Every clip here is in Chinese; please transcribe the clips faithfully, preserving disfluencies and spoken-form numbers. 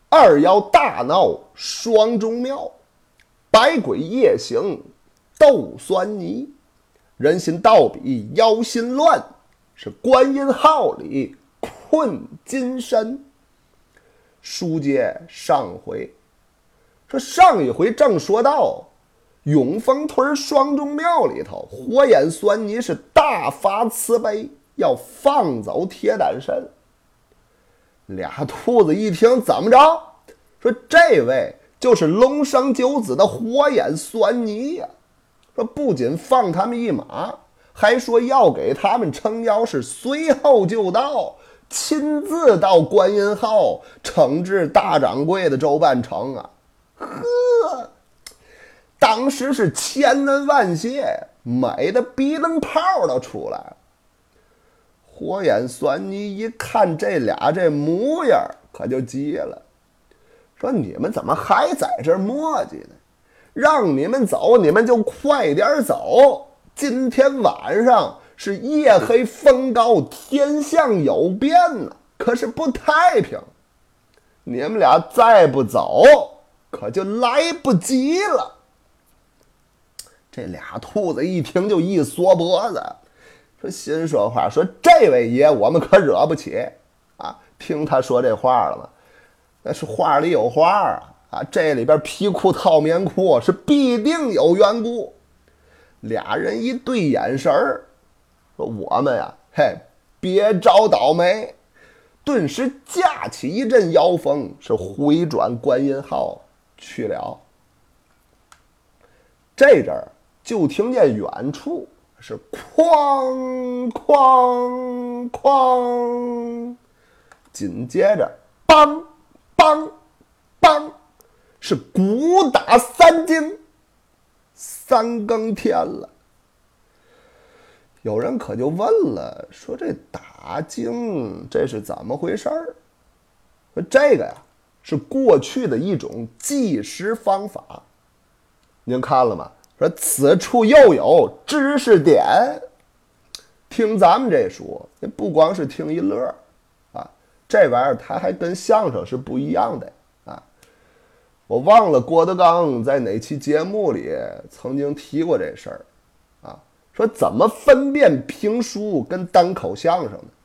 二妖大闹双钟庙，百鬼夜行斗酸泥，人心倒比妖心乱，是观音号里困金身。书接上回，说上一回正说到永丰屯双钟庙里头，火眼狻猊是大发慈悲，要放走铁胆神。俩兔子一听，怎么着？说这位就是龙生九子的火眼狻猊呀！说不仅放他们一马，还说要给他们撑腰，是随后就到，亲自到观音号惩治大掌柜的周半成啊！呵，当时是千恩万谢，美的鼻棱泡都出来了。火眼狻猊一看这俩这模样，可就急了，说你们怎么还在这儿磨叽呢？让你们走你们就快点走，今天晚上是夜黑风高，天象有变呢，可是不太平，你们俩再不走可就来不及了。这俩兔子一听就一缩脖子，说心说话，说这位爷我们可惹不起啊！听他说这话了吗？那是话里有话啊！啊，这里边皮裤套棉裤是必定有缘故。俩人一对眼神儿，说我们呀，嘿，别找倒霉。顿时架起一阵妖风，是回转观音号去了。这阵儿就听见远处是哐哐哐，紧接着梆梆梆，是鼓打三更，三更天了。有人可就问了，说这打更这是怎么回事儿？说这个呀是过去的一种计时方法。您看了吗？说此处又有知识点。听咱们这书，不光是听一乐啊，这玩意儿它还跟相声是不一样的啊。我忘了郭德纲在哪期节目里曾经提过这事儿啊，说怎么分辨评书跟单口相声呢？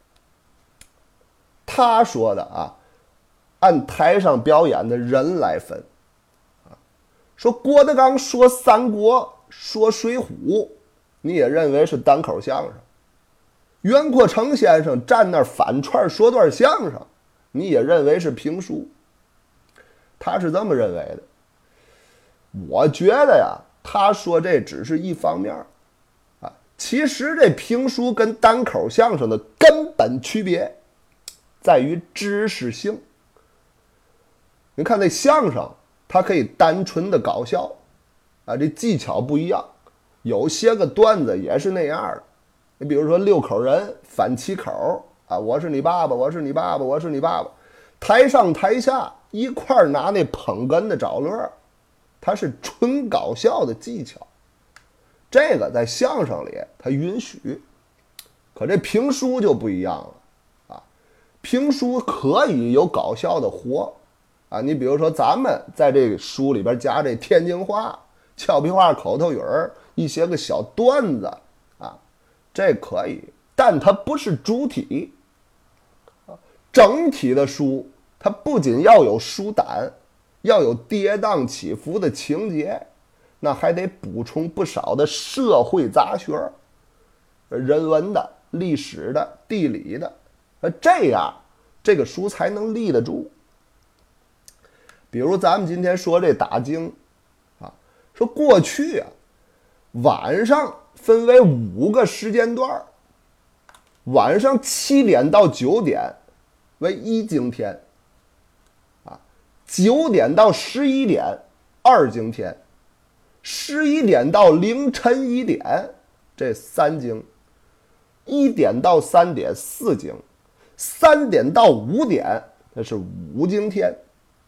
他说的啊，按台上表演的人来分。说郭德纲说三国说水浒，你也认为是单口相声；袁阔成先生站那儿反串说段相声，你也认为是评书。他是这么认为的。我觉得呀，他说这只是一方面啊，其实这评书跟单口相声的根本区别在于知识性。你看那相声它可以单纯的搞笑啊，这技巧不一样，有些个段子也是那样的。你比如说六口人反七口啊，我是你爸爸，我是你爸爸，我是你爸爸，台上台下一块拿那捧哏的找乐，它是纯搞笑的技巧。这个在相声里它允许，可这评书就不一样了啊，评书可以有搞笑的活啊，你比如说咱们在这个书里边加这天津话、俏皮话、口头语儿，一些个小段子啊，这可以，但它不是主体。整体的书，它不仅要有书胆，要有跌宕起伏的情节，那还得补充不少的社会杂学，人文的、历史的、地理的，这样这个书才能立得住。比如咱们今天说这打更啊，说过去啊，晚上分为五个时间段，晚上七点到九点为一更天，啊，九点到十一点二更天，十一点到凌晨一点这三更，一点到三点四更，三点到五点这是五更天。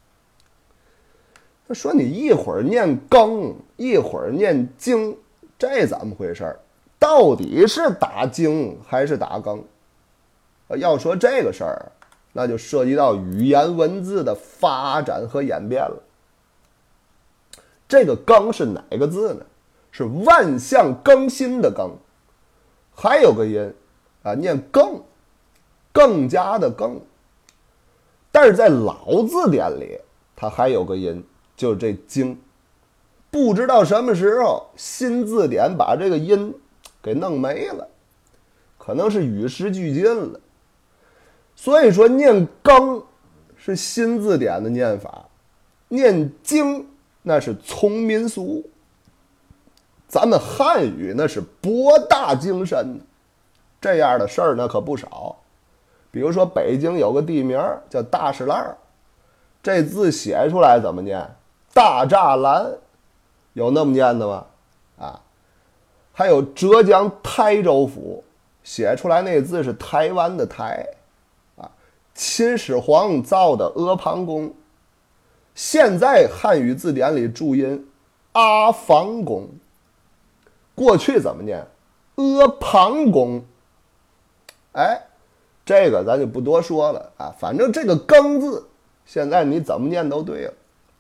他说你一会儿念更，一会儿念经，这怎么回事？到底是打经还是打更？要说这个事儿， 那就涉及到语言文字的发展和演变了。这个更是哪个字呢？是万象更新的更，还有个音啊，念更，更加的更。但是在老字典里，它还有个音，就是这经。不知道什么时候新字典把这个音给弄没了，可能是与时俱进了。所以说念更是新字典的念法，念经那是从民俗。咱们汉语那是博大精深，这样的事儿那可不少。比如说北京有个地名叫大石栏，这字写出来怎么念？大栅栏，有那么念的吗？啊，还有浙江台州府，写出来那个字是台湾的台，啊，秦始皇造的阿房宫，现在汉语字典里注音阿房宫，过去怎么念？阿房宫。哎，这个咱就不多说了啊，反正这个更字现在你怎么念都对了。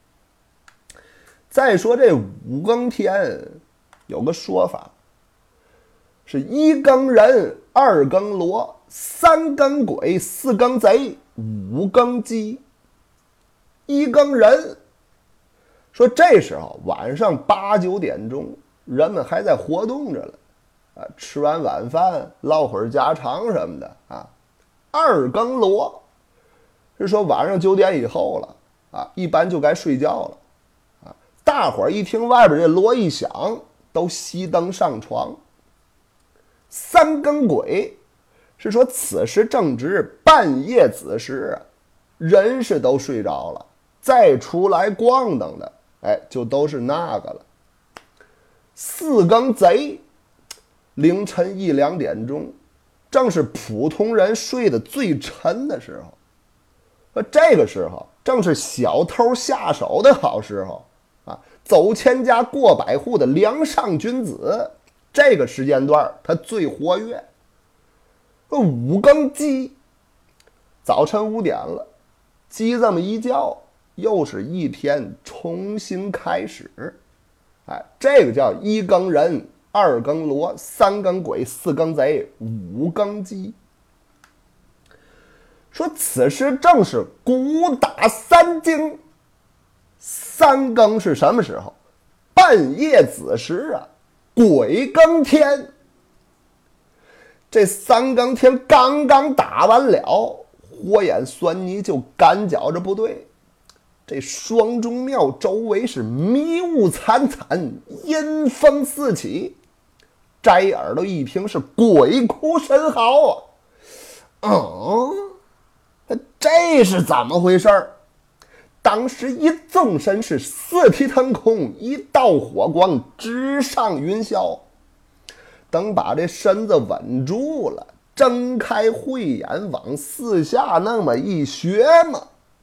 再说这五更天有个说法，是一更人，二更罗，三更鬼，四更贼，五更鸡。一更人说这时候晚上八九点钟，人们还在活动着了啊，吃完晚饭唠会儿家常什么的啊。二更罗是说晚上九点以后了啊，一般就该睡觉了啊。大伙儿一听外边这锣一响，都熄灯上床。三更鬼是说此时正值半夜子时，人是都睡着了，再出来逛荡的，哎，就都是那个了。四更贼，凌晨一两点钟，正是普通人睡得最沉的时候。而这个时候正是小偷下手的好时候啊，走千家过百户的梁上君子，这个时间段他最活跃。五更鸡，早晨五点了，鸡这么一叫，又是一天重新开始。哎，这个叫一更人，二更罗，三更鬼，四更贼，五更鸡。说此时正是鼓打三更，三更是什么时候？半夜子时啊，鬼更天。这三更天刚刚打完了，火眼狻猊就感觉着不对，这双钟庙周围是迷雾惨惨，阴风四起。摘耳朵一听是鬼哭神嚎啊！嗯，这是怎么回事儿？当时一纵身是四蹄腾空，一道火光直上云霄。等把这身子稳住了，睁开慧眼往四下那么一学嘛，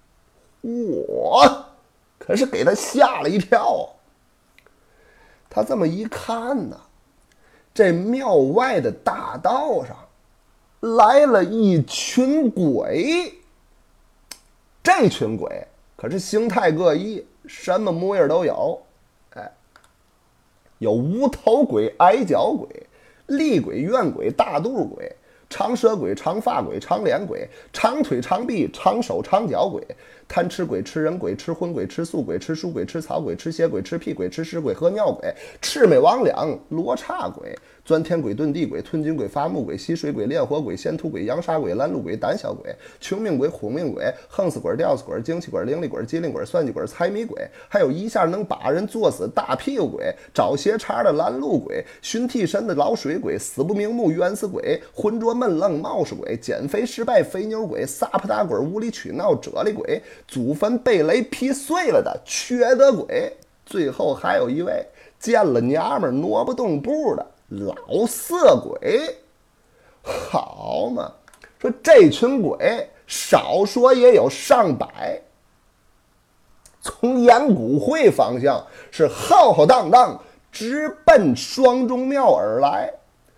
我可是给他吓了一跳。他这么一看呢，这庙外的大道上来了一群鬼。这群鬼可是形态各异，什么模样都有。哎，有无头鬼、矮脚鬼、厉鬼、怨鬼、大肚鬼、长舌鬼、长发鬼、长脸鬼、长腿长臂、长手长脚鬼、贪吃鬼、吃人鬼、吃荤鬼、吃素鬼、吃书鬼、吃草鬼、吃血鬼、吃屁鬼、吃尸鬼、喝尿鬼、魑魅魍魉、罗刹鬼、钻天鬼、遁地鬼、吞金鬼、伐木鬼、吸水鬼、炼火鬼、仙土鬼、扬沙鬼、拦路鬼、胆小鬼、穷命鬼、虎命鬼、横死鬼、吊死鬼、精气鬼、灵力鬼、机灵鬼、算计鬼、财迷鬼，还有一下能把人作死大屁股鬼、找斜茬的拦路鬼、寻替身的老水鬼、死不瞑目冤死鬼、浑浊闷愣冒失鬼、减肥失败肥牛鬼、撒泼打滚无理取闹啫喱鬼、祖坟被雷劈碎了的缺德鬼，最后还有一位见了娘们挪不动步的老色鬼。好嘛，说这群鬼少说也有上百，从岩谷会方向是浩浩荡荡直奔双钟庙而来。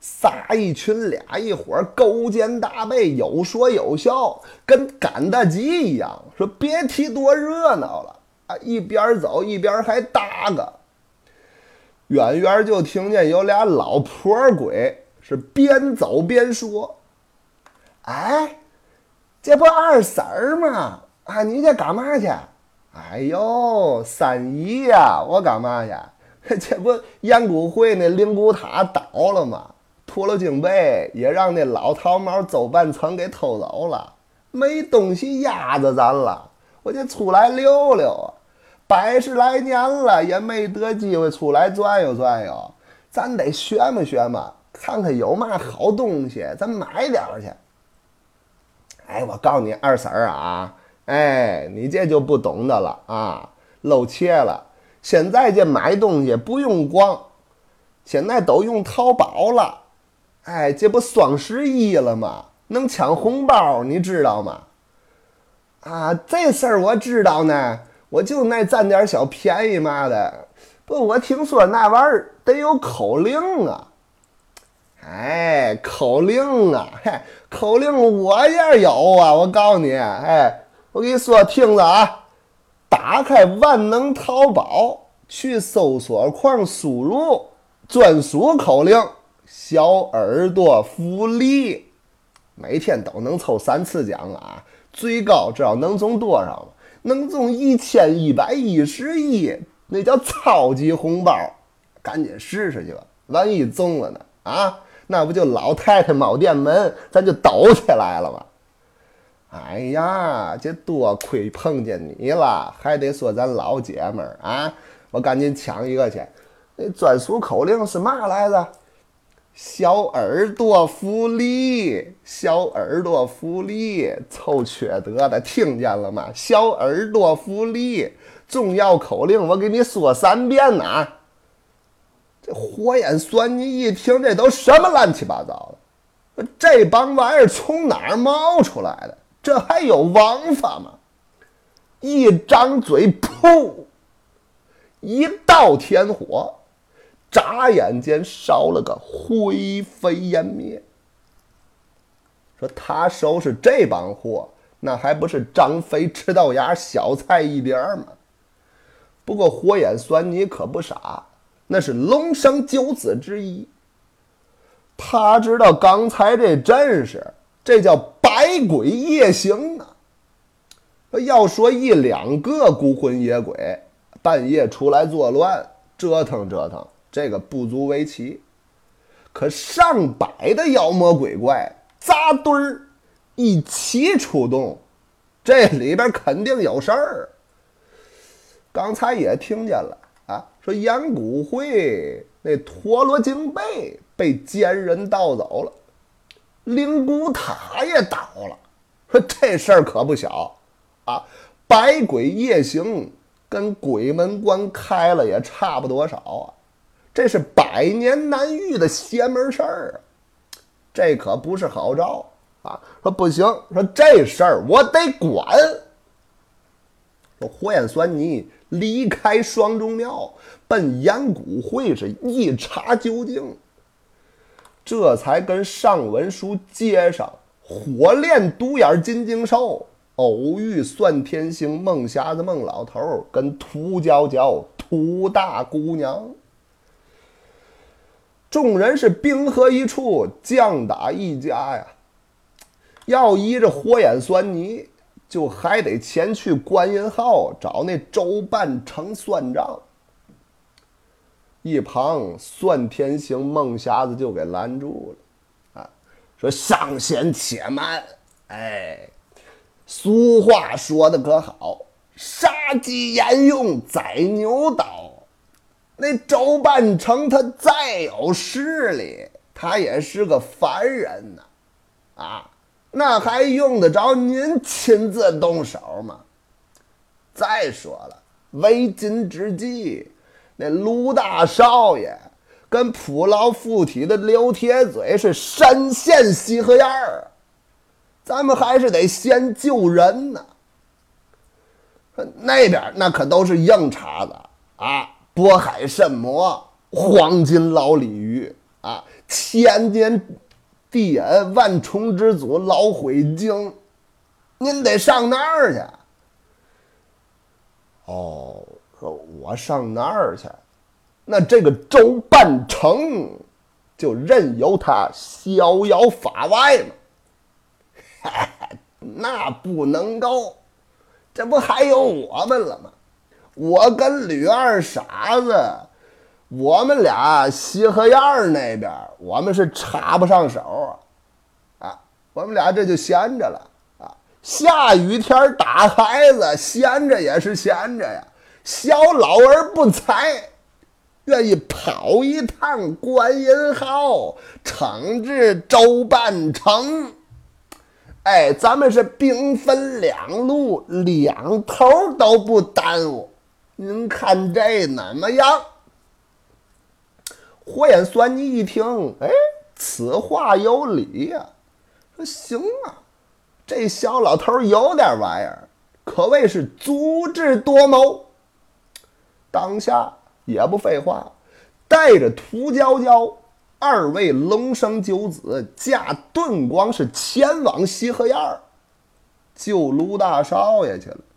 仨一群俩一伙勾肩搭背，有说有笑，跟赶大集一样。说别提多热闹了啊！一边走一边还搭个。远远就听见有俩老婆鬼是边走边说：“哎，这不二婶儿吗？啊，你这干嘛去？哎呦，三姨呀，我干嘛去？这不燕谷会那灵骨塔倒了吗？脱了经被也让那老桃毛走半层给偷走了，没东西压着咱了，我就出来溜溜啊。百十来年了也没得机会出来转悠转悠，咱得学嘛学嘛，看看有嘛好东西，咱买点去。哎，我告诉你二婶儿啊，哎，你这就不懂的了啊，露怯了。现在这买东西不用逛，现在都用淘宝了。哎，这不双十一了吗？能抢红包，你知道吗？啊，这事儿我知道呢，我就爱占点小便宜嘛的。不，我听说那玩意儿得有口令啊。哎，口令啊，嘿，口令我也有啊，我告诉你，哎，我跟你说，听着啊，打开万能淘宝，去搜索框输入专属口令小耳朵福利，每天都能抽三次奖啊，最高知道能中多少吗？能中一千一百一十一，那叫超级红包，赶紧试试去吧，万一中了呢啊！那不就老太太卯店门，咱就抖起来了吗？哎呀，这多亏碰见你了，还得说咱老姐们儿啊！我赶紧抢一个去。那专属口令是嘛来着？小耳朵福利，小耳朵福利，凑缺德的，听见了吗？小耳朵福利，重要口令我给你说三遍啊！这火眼狻猊一听，这都什么乱七八糟的？这帮玩意儿从哪儿冒出来的？这还有王法吗？一张嘴，噗，一道天火，眨眼间烧了个灰飞烟灭。说他收拾这帮货，那还不是张飞吃豆芽小菜一碟吗？不过火眼狻猊可不傻，那是龙生九子之一。他知道刚才这阵势，这叫百鬼夜行啊！要说一两个孤魂野鬼半夜出来作乱，折腾折腾，这个不足为奇。可上百的妖魔鬼怪扎堆儿一起出动，这里边肯定有事儿。刚才也听见了啊，说燕谷会那陀螺精背被奸人盗走了，灵骨塔也倒了，说这事儿可不小啊！百鬼夜行跟鬼门关开了也差不多少啊，这是百年难遇的邪门事儿啊！这可不是好招啊！说不行，说这事儿我得管。说火眼狻猊离开双钟庙，奔燕谷会是一查究竟，这才跟上文书接上火炼独眼金睛兽，偶遇算天星孟瞎子孟老头跟涂娇娇涂大姑娘。众人是兵合一处，将打一家呀。要依着火眼狻猊，就还得前去观音号找那周半成算账。一旁算天星孟瞎子就给拦住了啊，说上仙且慢，哎，俗话说的可好，杀鸡焉用宰牛刀。那周半成他再有势力，他也是个凡人呐，啊，那还用得着您亲自动手吗？再说了，为今之计，那卢大少爷跟捕捞附体的刘铁嘴是身陷西河沿儿，咱们还是得先救人呢。那边那可都是硬茬子啊，渤海参魔、黄金老鲤鱼啊， 千年地眼万重之祖老灰精，您得上那儿去。哦，说我上那儿去，那这个周半城就任由他逍遥法外嘛？那不能够，这不还有我们了吗？我跟吕二傻子，我们俩西河沿那边，我们是插不上手啊！啊，我们俩这就闲着了啊！下雨天打孩子，闲着也是闲着呀。小老儿不才，愿意跑一趟观音号，惩治周半城。哎，咱们是兵分两路，两头都不耽误。您看这怎么样？火眼狻猊一听，哎，此话有理呀、啊，说行啊，这小老头有点玩意儿，可谓是足智多谋。当下也不废话，带着涂娇娇二位龙生九子驾遁光是前往西河沿儿救卢大少爷去了。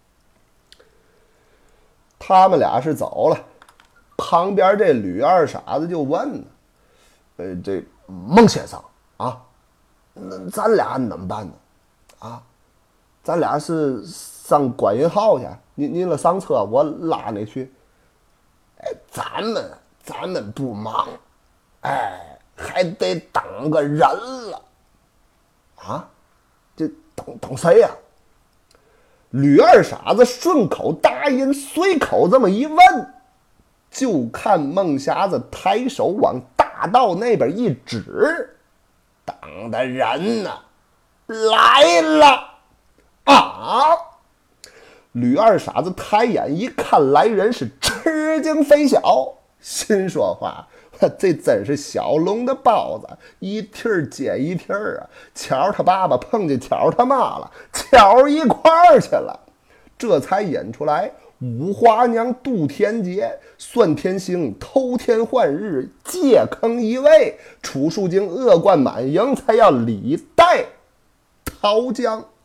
他们俩是走了，旁边这吕二傻子就问呢：“呃，这孟先生啊，那咱俩怎么办呢？啊，咱俩是上观音号去，您您了上车，我拉你去。哎，咱们咱们不忙，哎，还得等个人了。啊，这等等谁呀、啊？”吕二傻子顺口答应，随口这么一问，就看孟瞎子抬手往大道那边一指，等的人呢来了啊！吕二傻子抬眼一看来人，是吃惊非小，心说话，这真是小龙的包子，一屉儿接一屉儿啊！巧他爸爸碰见巧他妈了，巧一块儿去了，这才引出来五花娘渡天劫，算天星偷天换日，借坑一位，楚树精恶贯满盈，才要李代桃僵。